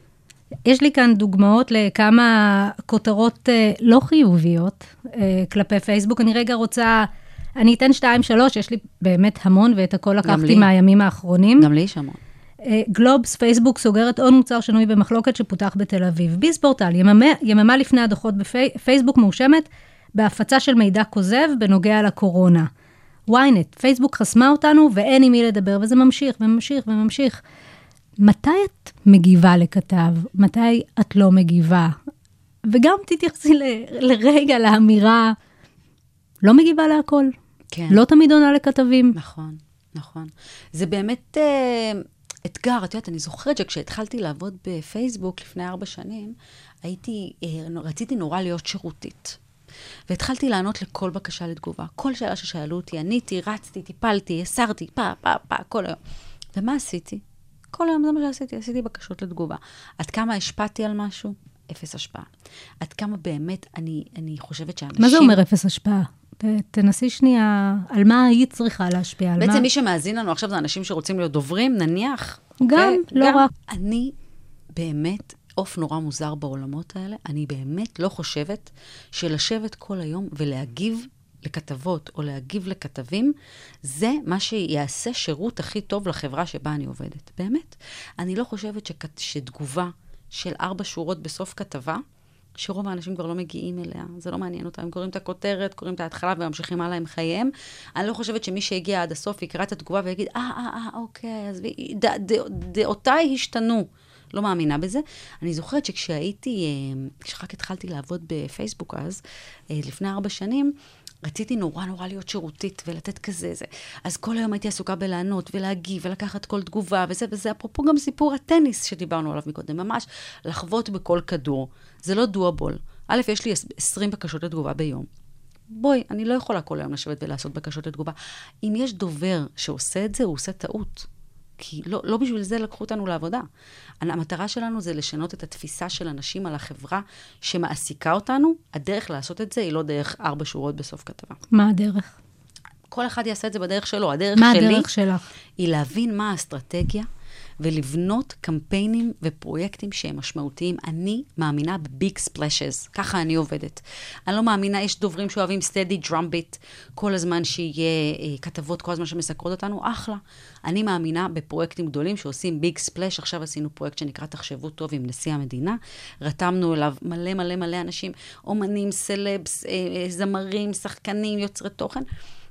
יש לי כאן דוגמאות לכמה כותרות לא חיוביות כלפי פייסבוק. אני רגע רוצה, אני אתן 2-3, יש לי באמת המון, ואת הכל לקחתי מהימים האחרונים. גם לי יש המון. גלובס, פייסבוק סוגרת עוד מוצר שנוי במחלוקת שפותח בתל אביב. ביזפורטל, יממה לפני הדוחות בפייסבוק מואשמת בהפצה של מידע כוזב בנוגע לקורונה. וויינט, פייסבוק חסמה אותנו ואין עם מי לדבר, וזה ממשיך וממשיך וממשיך. מתי את מגיבה לכתב? מתי את לא מגיבה? וגם תתייחסי לרגע לאמירה, לא מגיבה להכל. כן. לא תמיד עונה לכתבים. נכון, נכון. זה באמת אתגר. את יודעת, אני זוכרת שכשהתחלתי לעבוד בפייסבוק לפני 4 שנים, רציתי נורא להיות שירותית. והתחלתי לענות לכל בקשה לתגובה. כל שאלה ששאלו אותי, עניתי, רצתי, טיפלתי, הסרתי, כל היום. ומה עשיתי? כל היום זה מה שעשיתי, עשיתי בקשות לתגובה. עד כמה השפעתי על משהו? 0 השפעה. עד כמה באמת אני חושבת שאנשים... מה זה אומר 0 השפעה? תנסי שנייה, על מה היית צריכה להשפיע? בעצם מי שמאזין לנו עכשיו זה אנשים שרוצים להיות דוברים, נניח. גם, לא רק. אני באמת עוף נורא מוזר בעולמות האלה. אני באמת לא חושבת שלשבת כל היום ולהגיב לכתבות או להגיב לכתבים, זה מה שיעשה שירות הכי טוב לחברה שבה אני עובדת. באמת. אני לא חושבת שתגובה של 4 שורות בסוף כתבה, שרוב האנשים כבר לא מגיעים אליה, זה לא מעניין אותם, הם קוראים את הכותרת, קוראים את ההתחלה וממשיכים הלאה עם חייהם. אני לא חושבת שמי שהגיע עד הסוף יקרא את התגובה ויגיד, אוקיי, אז דעותיי השתנו. לא מאמינה בזה. אני זוכרת כשרק התחלתי לעבוד בפייסבוק אז, לפני 4 שנים, רציתי נורא להיות שירותית ולתת כזה. אז כל היום הייתי עסוקה בלענות ולהגיב ולקחת כל תגובה וזה אפרופו גם סיפור הטניס שדיברנו עליו מקודם, ממש לחוות בכל כדור. זה לא דואבול. א', יש לי 20 בקשות לתגובה ביום. בואי, אני לא יכולה כל היום לשבת ולעשות בקשות לתגובה. אם יש דובר שעושה את זה, הוא עושה טעות. כי לא בשביל זה לקחו אותנו לעבודה. המטרה שלנו זה לשנות את התפיסה של אנשים על החברה שמעסיקה אותנו. הדרך לעשות את זה היא לא דרך 4 שורות בסוף כתבה. מה הדרך? כל אחד יעשה את זה בדרך שלו. הדרך מה שלי הדרך שלך? היא להבין מה האסטרטגיה ולבנות קמפיינים ופרויקטים שהם משמעותיים. אני מאמינה בביג ספלשז, ככה אני עובדת. אני לא מאמינה, יש דוברים שאוהבים steady drum beat, כל הזמן שיהיה כתבות, כל הזמן שמסקרות אותנו, אחלה. אני מאמינה בפרויקטים גדולים שעושים ביג ספלש, עכשיו עשינו פרויקט שנקרא תחשבו טוב עם נשיא המדינה, רתמנו אליו מלא אנשים, אומנים, סלבס, זמרים, שחקנים, יוצרי תוכן,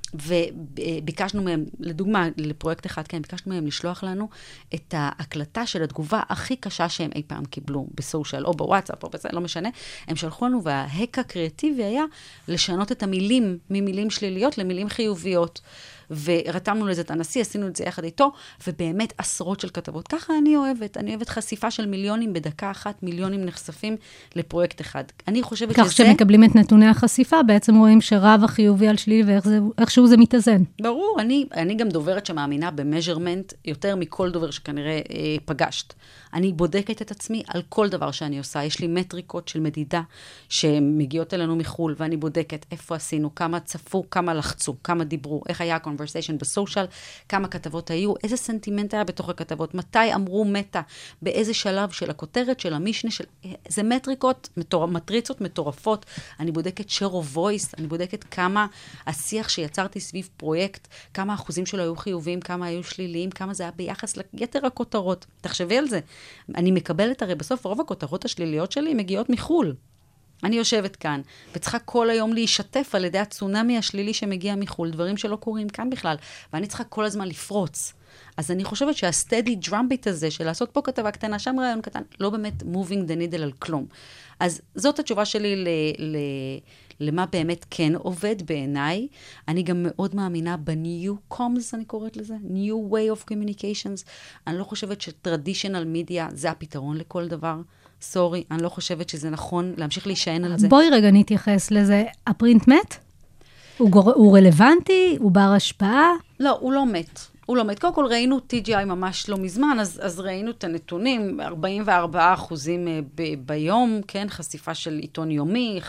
וביקשנו מהם, לדוגמה, לפרויקט אחד, כן, ביקשנו מהם לשלוח לנו את ההקלטה של התגובה הכי קשה שהם אי פעם קיבלו בסושיאל, או בוואטסאפ, או בזה, לא משנה. הם שלחו לנו, וההק הקריאטיבי היה לשנות את המילים ממילים שליליות למילים חיוביות. ורתמנו לזה את הנשיא, עשינו את זה יחד איתו, ובאמת עשרות של כתבות. ככה אני אוהבת חשיפה של מיליונים בדקה אחת, מיליונים נחשפים לפרויקט אחד. אני חושבת שזה... כך שמקבלים את נתוני החשיפה, בעצם רואים שרב החיובי על שלילי, ואיכשהו זה מתאזן. ברור, אני גם דוברת שמאמינה במז'רמנט, יותר מכל דובר שכנראה פגשת. אני בודקת את עצמי על כל דבר שאני עושה. יש לי מטריקות של מדידה שמגיעות אלינו מחול, ואני בודקת איפה עשינו, כמה צפו, כמה לחצו, כמה דיברו, איך היה conversation בסושיאל, כמה כתבות היו, איזה סנטימנט היה בתוך הכתבות, מתי אמרו מטה, באיזה שלב של הכותרת, של המשנה, זה מטריקות, מטריצות מטורפות. אני בודקת share of voice, אני בודקת כמה השיח שיצרתי סביב פרויקט, כמה האחוזים שלו היו חיוביים, כמה היו שליליים, כמה זה היה ביחס ליתר הכותרות. תחשבי על זה. אני מקבלת הרי בסוף רוב הכותרות השליליות שלי מגיעות מחול. אני יושבת כאן, וצריכה כל היום להישתף על ידי הצונמי השלילי שמגיע מחול, דברים שלא קורים כאן בכלל, ואני צריכה כל הזמן לפרוץ. אז אני חושבת שהסטדי דרמביט הזה, של לעשות פה כתבה קטנה, שם רעיון קטן, לא באמת moving the needle על כלום. אז זאת התשובה שלי למה באמת כן עובד בעיניי. אני גם מאוד מאמינה ב-new comms, אני קוראת לזה, new way of communications. אני לא חושבת ש-traditional media זה הפתרון לכל דבר. סורי, אני לא חושבת שזה נכון להמשיך להישען על זה. בואי רגע נתייחס לזה. הפרינט מת? הוא רלוונטי? הוא בר השפעה? לא, הוא לא מת. הוא לא מת. קודם כל ראינו TGI ממש לא מזמן, אז ראינו את הנתונים, 44% ביום, כן, חשיפה של עיתון יומי,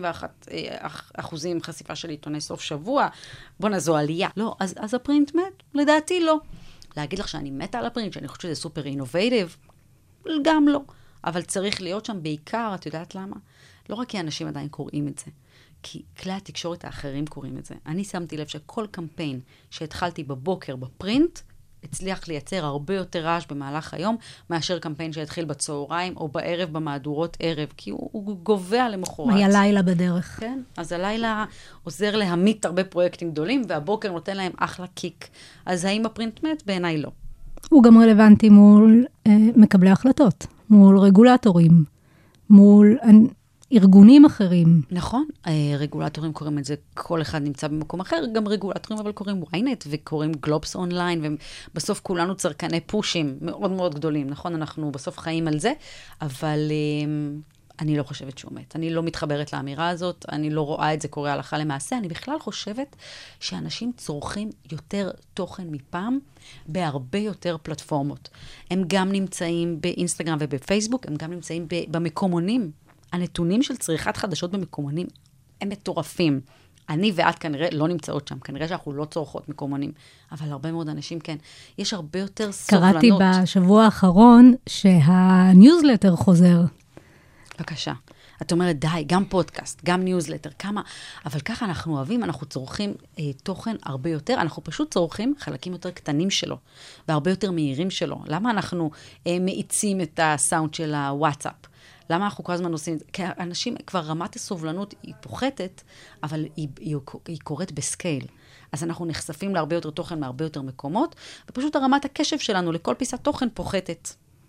51% חשיפה של עיתוני סוף שבוע. בוא נזו עלייה. לא, אז הפרינט מת? לדעתי לא. להגיד לך שאני מתה על הפרינט, שאני חושבת שזה סופר אינובייטיב? גם לא. אבל צריך להיות שם בעיקר, את יודעת למה? לא רק כי אנשים עדיין קוראים את זה. כי כלי התקשורת האחרים קוראים את זה. אני שמתי לב שכל קמפיין שהתחלתי בבוקר בפרינט, הצליח לייצר הרבה יותר רעש במהלך היום, מאשר קמפיין שהתחיל בצהריים או בערב במהדורות ערב, כי הוא גובע למחרת. היה לילה בדרך. כן, אז הלילה עוזר להמית הרבה פרויקטים גדולים, והבוקר נותן להם אחלה קיק. אז האם הפרינט מת? בעיניי לא. הוא גם רלוונטי מול מקבלי החלטות, מול רגולטורים, מול ארגונים אחרים. נכון, רגולטורים קוראים את זה, כל אחד נמצא במקום אחר, גם רגולטורים אבל קוראים ynet וקוראים גלובס אונליין, ובסוף כולנו צרכני פושים מאוד מאוד גדולים, נכון? אנחנו בסוף חיים על זה, אבל אני לא חושבת שהוא מת. אני לא מתחברת לאמירה הזאת, אני לא רואה את זה קורה הלכה למעשה, אני בכלל חושבת שאנשים צורכים יותר תוכן מפעם, בהרבה יותר פלטפורמות. הם גם נמצאים באינסטגרם ובפייסבוק, הם גם נמצאים במקומונים. הנתונים של צריכת חדשות במקומונים הם מטורפים. אני ואת כנראה לא נמצאות שם, כנראה שאנחנו לא צורכות מקומונים, אבל הרבה מאוד אנשים כן. יש הרבה יותר סובלנות. קראתי בשבוע האחרון שהניוזלטר חוזר. בבקשה. את אומרת, די, גם פודקאסט, גם ניוזלטר, כמה, אבל ככה אנחנו אוהבים, אנחנו צורכים תוכן הרבה יותר, אנחנו פשוט צורכים חלקים יותר קטנים שלו, והרבה יותר מהירים שלו. למה אנחנו מאיצים את הסאונד של הוואטסאפ? למה אנחנו כל הזמן עושים את זה? כי אנשים, כבר רמת הסובלנות היא פוחתת, אבל היא קורית בסקייל. אז אנחנו נחשפים להרבה יותר תוכן מהרבה יותר מקומות, ופשוט הרמת הקשב שלנו לכל פיסת תוכן פוחתת.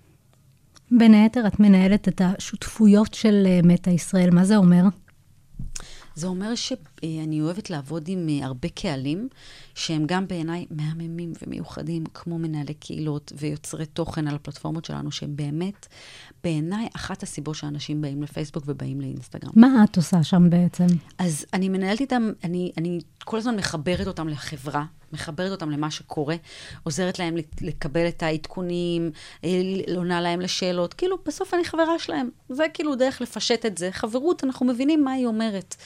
בין היתר, את מנהלת את השותפויות של מטא ישראל. מה זה אומר? זה אומר שאני אוהבת לעבוד עם הרבה קהלים, שהם גם בעיניי מהממים ומיוחדים, כמו מנהלי קהילות ויוצרי תוכן על הפלטפורמות שלנו, שהם באמת, בעיניי, אחת הסיבות שאנשים באים לפייסבוק ובאים לאינסטגרם. מה את עושה שם בעצם? אז אני מנהלת איתם, אני כל הזמן מחברת אותם לחברה, מחברת אותם למה שקורה, עוזרת להם לקבל את העדכונים, עונה להם לשאלות, כאילו בסוף אני חברה שלהם. זה כאילו דרך לפשט את זה. חברות, אנחנו מבינים מה היא אומרת.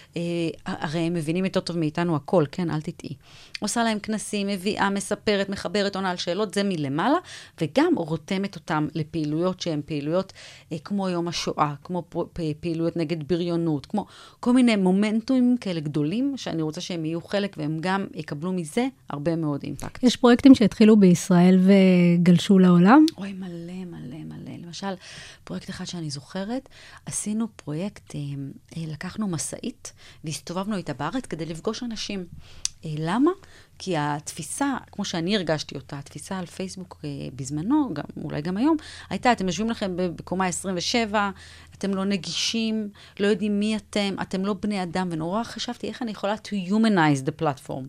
הרי הם מבינים יותר טוב מאיתנו הכל, כן? אל תטעי. עושה להם כנסים, מביאה, מספרת, מחברת, עונה על שאלות, זה מלמעלה, וגם רותמת אותם לפעילויות שהן פעילויות כמו יום השואה, כמו פעילויות נגד בריונות, כמו כל מיני מומנטומים כאלה גדולים, שאני רוצה שהם יהיו חלק, והם גם יקבלו מזה הרבה מאוד אימפקט. יש פרויקטים שהתחילו בישראל וגלשו לעולם? אוי, מלא, מלא, מלא. למשל, פרויקט אחד שאני זוכרת, עשינו פרויקט, לקחנו מסעית, והסתובבנו איתה בארץ כדי לפגוש אנשים. למה? כי התפיסה, כמו שאני הרגשתי אותה, התפיסה על פייסבוק בזמנו, אולי גם היום, הייתה, אתם יושבים לכם בקומה 27, אתם לא נגישים, לא יודעים מי אתם לא בני אדם, ונורא חשבתי איך אני יכולה to humanize the platform.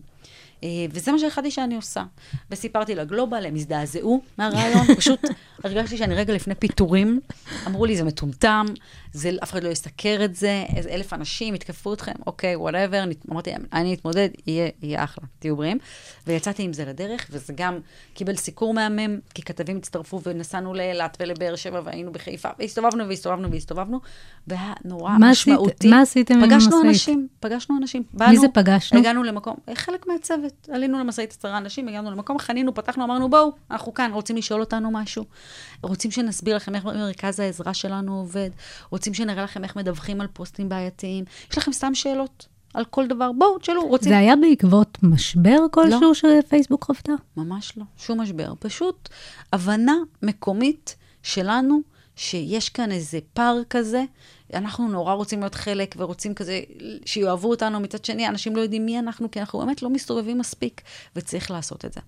וזה מה שהחלטתי שאני עושה. וסיפרתי לגלובל, הם הזדעזעו מהרעיון, פשוט הרגשתי שאני רגע לפני פיטורים, אמרו לי, זה מטומטם, אף אחד לא יסתכר את זה, 1,000 אנשים יתקפו אתכם, אוקיי, whatever, אמרתי, אני אתמודד, יהיה אחלה, תהיו בריאים. ויצאתי עם זה לדרך, וזה גם קיבל סיקור מהמם, כי כתבים הצטרפו ונסענו לאילת ולבאר שבע, והיינו בחיפה, והסתובבנו, והיה נורא משמעותי. מה עשיתם עם המסעית? פגשנו אנשים. מי זה פגשנו? הגענו למקום, חלק מהצוות, עלינו למסעית 10 אנשים, הגענו למקום, חנינו, פתחנו, אמרנו, בואו, אנחנו כאן, רוצים לשאול אותנו משהו, רוצים שנסביר לכם איך מרכז העזרה שלנו עובד, רוצים שנראה לכם איך מדווחים על פוסטים בעייתיים, יש לכם סתם שאלות על כל דבר, בואו, תשאלו, רוצים. זה היה בעקבות משבר כלשהו שפייסבוק חוותה? ממש לא, שום משבר, פשוט הבנה מקומית שלנו, שיש כאן איזה פער כזה, אנחנו נורא רוצים להיות חלק, ורוצים כזה שיואבו אותנו, מצד שני, אנשים לא יודעים מי אנחנו, כי אנחנו באמת לא מסתובבים מספיק, וצריך לעשות את זה.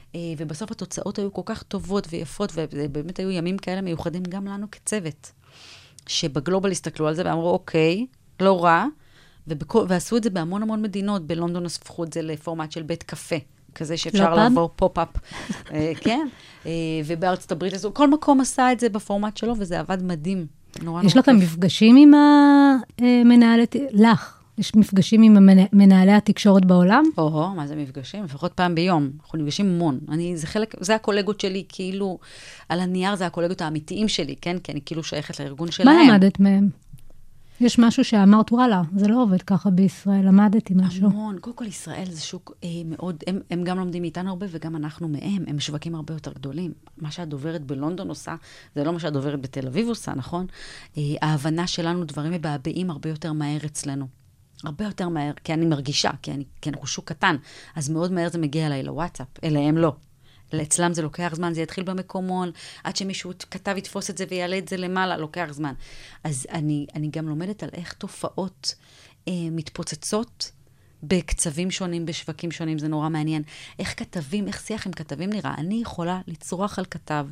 ובסוף התוצאות היו כל כך טובות ויפות, ובאמת היו ימים כאלה מיוחדים גם לנו כצוות, שבגלובל הסתכלו על זה ואמרו, אוקיי, לא רע, ועשו את זה בהמון המון מדינות, בלונדון הפכו את זה לפורמט של בית קפה, כזה שאפשר לעבור פופ-אפ, כן, ובארצות הברית, כל מקום עשה את זה בפורמט שלו, וזה עבד מדהים. יש לכם מפגשים עם המנהלת, יש מפגשים עם מנהלי התקשורת בעולם? מה זה מפגשים? לפחות פעם ביום. אנחנו נפגשים המון. זה הקולגות שלי, כאילו, על הנייר זה הקולגות האמיתיים שלי, כן? כי אני כאילו שייכת לארגון שלהם. מה למדת מהם? יש משהו שאמרת, וואלה, זה לא עובד ככה בישראל, למדתי משהו. המון, קודם כל ישראל זה שוק מאוד, הם גם לומדים מאיתנו הרבה וגם אנחנו מהם, הם שווקים הרבה יותר גדולים. מה שהדוברת בלונדון עושה, זה לא מה שהדוברת בתל אביב עושה, נכון? ההבנה שלנו דברים מבעבעים הרבה יותר מהר אצלנו. הרבה יותר מהר, כי אני מרגישה, כי אנחנו שוק קטן, אז מאוד מהר זה מגיע אליי לוואטסאפ, אליהם לא. אצלם זה לוקח זמן, זה יתחיל במקומון, עד שמישהו כתב יתפוס את זה ויעלה את זה למעלה, לוקח זמן. אז אני גם לומדת על איך תופעות מתפוצצות בקצבים שונים, בשווקים שונים, זה נורא מעניין. איך כתבים, איך שיח עם כתבים נראה. אני יכולה לצרוח על כתב,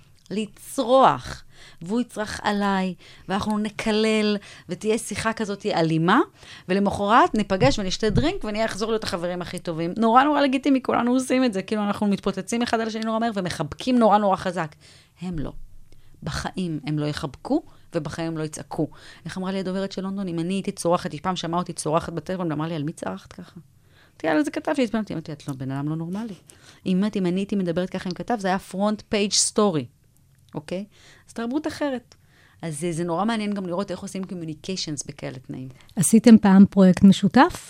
לצרוח, והוא יצרח עליי, ואנחנו נקלל, ותהיה שיחה כזאת אלימה, ולמחרת ניפגש ונשתה דרינק, ונהיה לחזור להיות החברים הכי טובים. נורא נורא לגיטימי, כולנו עושים את זה, כאילו אנחנו מתפוצצים אחד על השני נורא מהר, ומחבקים נורא נורא חזק. הם לא. בחיים הם לא יחבקו, ובחיים הם לא יצעקו. איך אמרה לי הדוברת של לונדון, אם אני הייתי צורחת, היא פעם שמעה אותי צורחת בטלפון, ואמרה לי, על מי צרחת ככה? תראה, על זה כתב שהתפעמתי, אמרתי, את לא בן אדם לא נורמלי. אם אני הייתי מדברת ככה עם כתב, זה היה front page story. אוקיי? אז תרבות אחרת. אז זה נורא מעניין גם לראות איך עושים communications בכאלה תנאים. עשיתם פעם פרויקט משותף?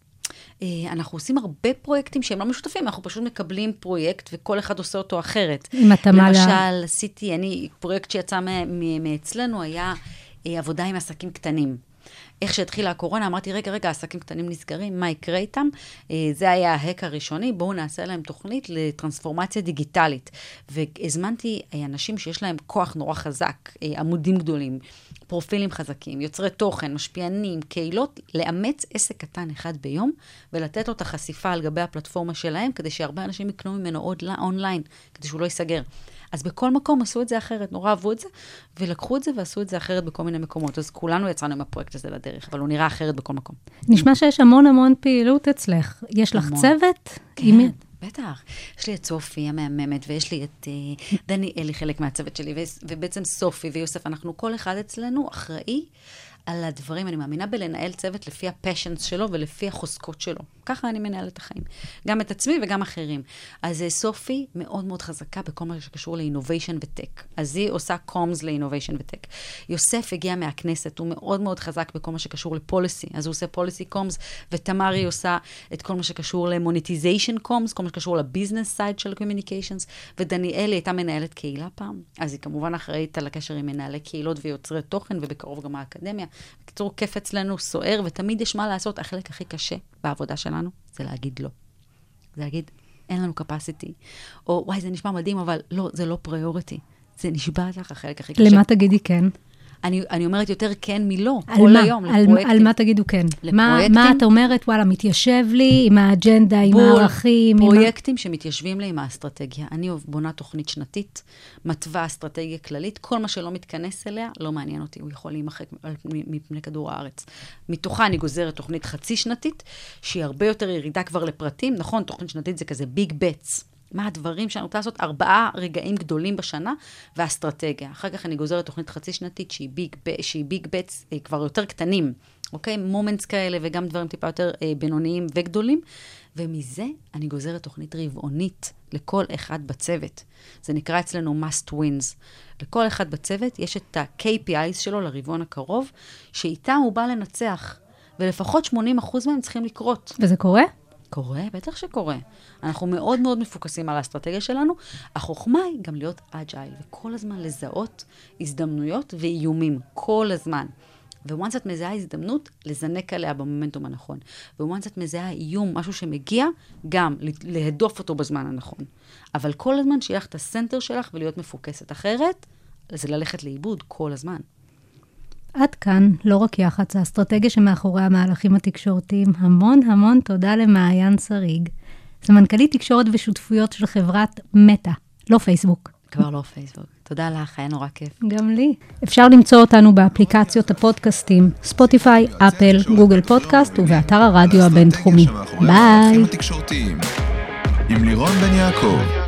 אנחנו עושים הרבה פרויקטים שהם לא משותפים, אנחנו פשוט מקבלים פרויקט וכל אחד עושה אותו אחרת. למשל, עשיתי, פרויקט שיצא מאצלנו היה עבודה עם עסקים קטנים. איך שהתחילה הקורונה, אמרתי, רגע, עסקים קטנים נסגרים, מה יקרה איתם? זה היה ההק הראשוני, בואו נעשה להם תוכנית לטרנספורמציה דיגיטלית. והזמנתי אנשים שיש להם כוח נורא חזק, עמודים גדולים, פרופילים חזקים, יוצרי תוכן, משפיענים, קהילות, לאמץ עסק קטן אחד ביום, ולתת לו את החשיפה על גבי הפלטפורמה שלהם, כדי שהרבה אנשים יקנו ממנו עוד אונליין, כדי שהוא לא ייסגר. אז בכל מקום עשו את זה אחרת, נורא אהבו את זה, ולקחו את זה ועשו את זה אחרת בכל מיני מקומות. אז כולנו יצאנו עם הפרויקט הזה לדרך, אבל הוא נראה אחרת בכל מקום. נשמע שיש המון פעילות אצלך. יש לך צוות? כן, בטח. יש לי את סופי המהממת, ויש לי את דניאלי, חלק מהצוות שלי, ובעצם סופי ויוסף, אנחנו כל אחד אצלנו אחראי על הדברים, אני מאמינה בלנהל צוות לפי הפשנס שלו ולפי החוזקות שלו. ככה אני מנהלת את החיים. גם את עצמי וגם אחרים. אז סופי מאוד מאוד חזקה בכל מה שקשור לאינוביישן וטק. אז היא עושה קומס לאינוביישן וטק. יוסף הגיע מהכנסת, הוא מאוד מאוד חזק בכל מה שקשור לפוליסי. אז הוא עושה פוליסי קומס, ותמרי עושה את כל מה שקשור למוניטיזיישן קומס, כל מה שקשור לביזנס סייד של קומיוניקיישנס, ודניאלי הייתה מנהלת קהילה פעם. אז היא כמובן אחראית על הקשר עם מנהלי קהילות ויוצרי תוכן, ובקרוב גם האקדמיה. בקיצור, כיף אצלנו סוער, ותמיד יש מה לעשות. החלק הכי קשה בעבודה שלנו זה להגיד לא. זה להגיד, אין לנו capacity. או, וואי, זה נשמע מדהים, אבל לא, זה לא priority. זה נשבע לך החלק הכי קשה. למה תגידי כן? אני אומרת יותר כן מלא, כל היום, לפרויקטים. על מה תגידו כן? מה את אומרת, וואלה, מתיישב לי עם האג'נדה, עם הערכים? פרויקטים שמתיישבים לי עם האסטרטגיה. אני בונה תוכנית שנתית, מתווה אסטרטגיה כללית, כל מה שלא מתכנס אליה, לא מעניין אותי, הוא יכול להימחק מפני כדור הארץ. מתוכה אני גוזרת תוכנית חצי שנתית, שהיא הרבה יותר ירידה כבר לפרטים, נכון, תוכנית שנתית זה כזה ביג בטס. מה הדברים שאני רוצה לעשות? 4 רגעים גדולים בשנה, והאסטרטגיה. אחר כך אני גוזרת תוכנית חצי שנתית, שהיא ביג בטס, כבר יותר קטנים, אוקיי? מומנטס כאלה, וגם דברים טיפה יותר בינוניים וגדולים, ומזה אני גוזרת תוכנית רבעונית לכל אחד בצוות. זה נקרא אצלנו must wins. לכל אחד בצוות יש את ה-KPIs שלו לרבעון הקרוב, שאיתם הוא בא לנצח, ולפחות 80% מהם צריכים לקרות. וזה קורה? קורה, בטח שקורה. אנחנו מאוד מאוד מפוקסים על האסטרטגיה שלנו. החוכמה היא גם להיות אג'ייל, וכל הזמן לזהות הזדמנויות ואיומים, כל הזמן. וואנס את מזהה הזדמנות, לזנק עליה במומנטום הנכון. וואנס את מזהה איום, משהו שמגיע, גם להדוף אותו בזמן הנכון. אבל כל הזמן שיהיה לך את הסנטר שלך ולהיות מפוקסת. אחרת, זה ללכת לאיבוד כל הזמן. עד כאן, לא רק יח"צ, האסטרטגיה שמאחורי המהלכים התקשורתיים. המון תודה למעיין שריג. סמנכ"לית תקשורת ושותפויות של חברת מטא, לא פייסבוק. כבר לא פייסבוק. תודה לך, היה נורא כיף. גם לי. אפשר למצוא אותנו באפליקציות הפודקאסטים, ספוטיפיי, אפל, גוגל פודקאסט ובאתר הרדיו הבינתחומי. ביי. עם לירון בן יעקב.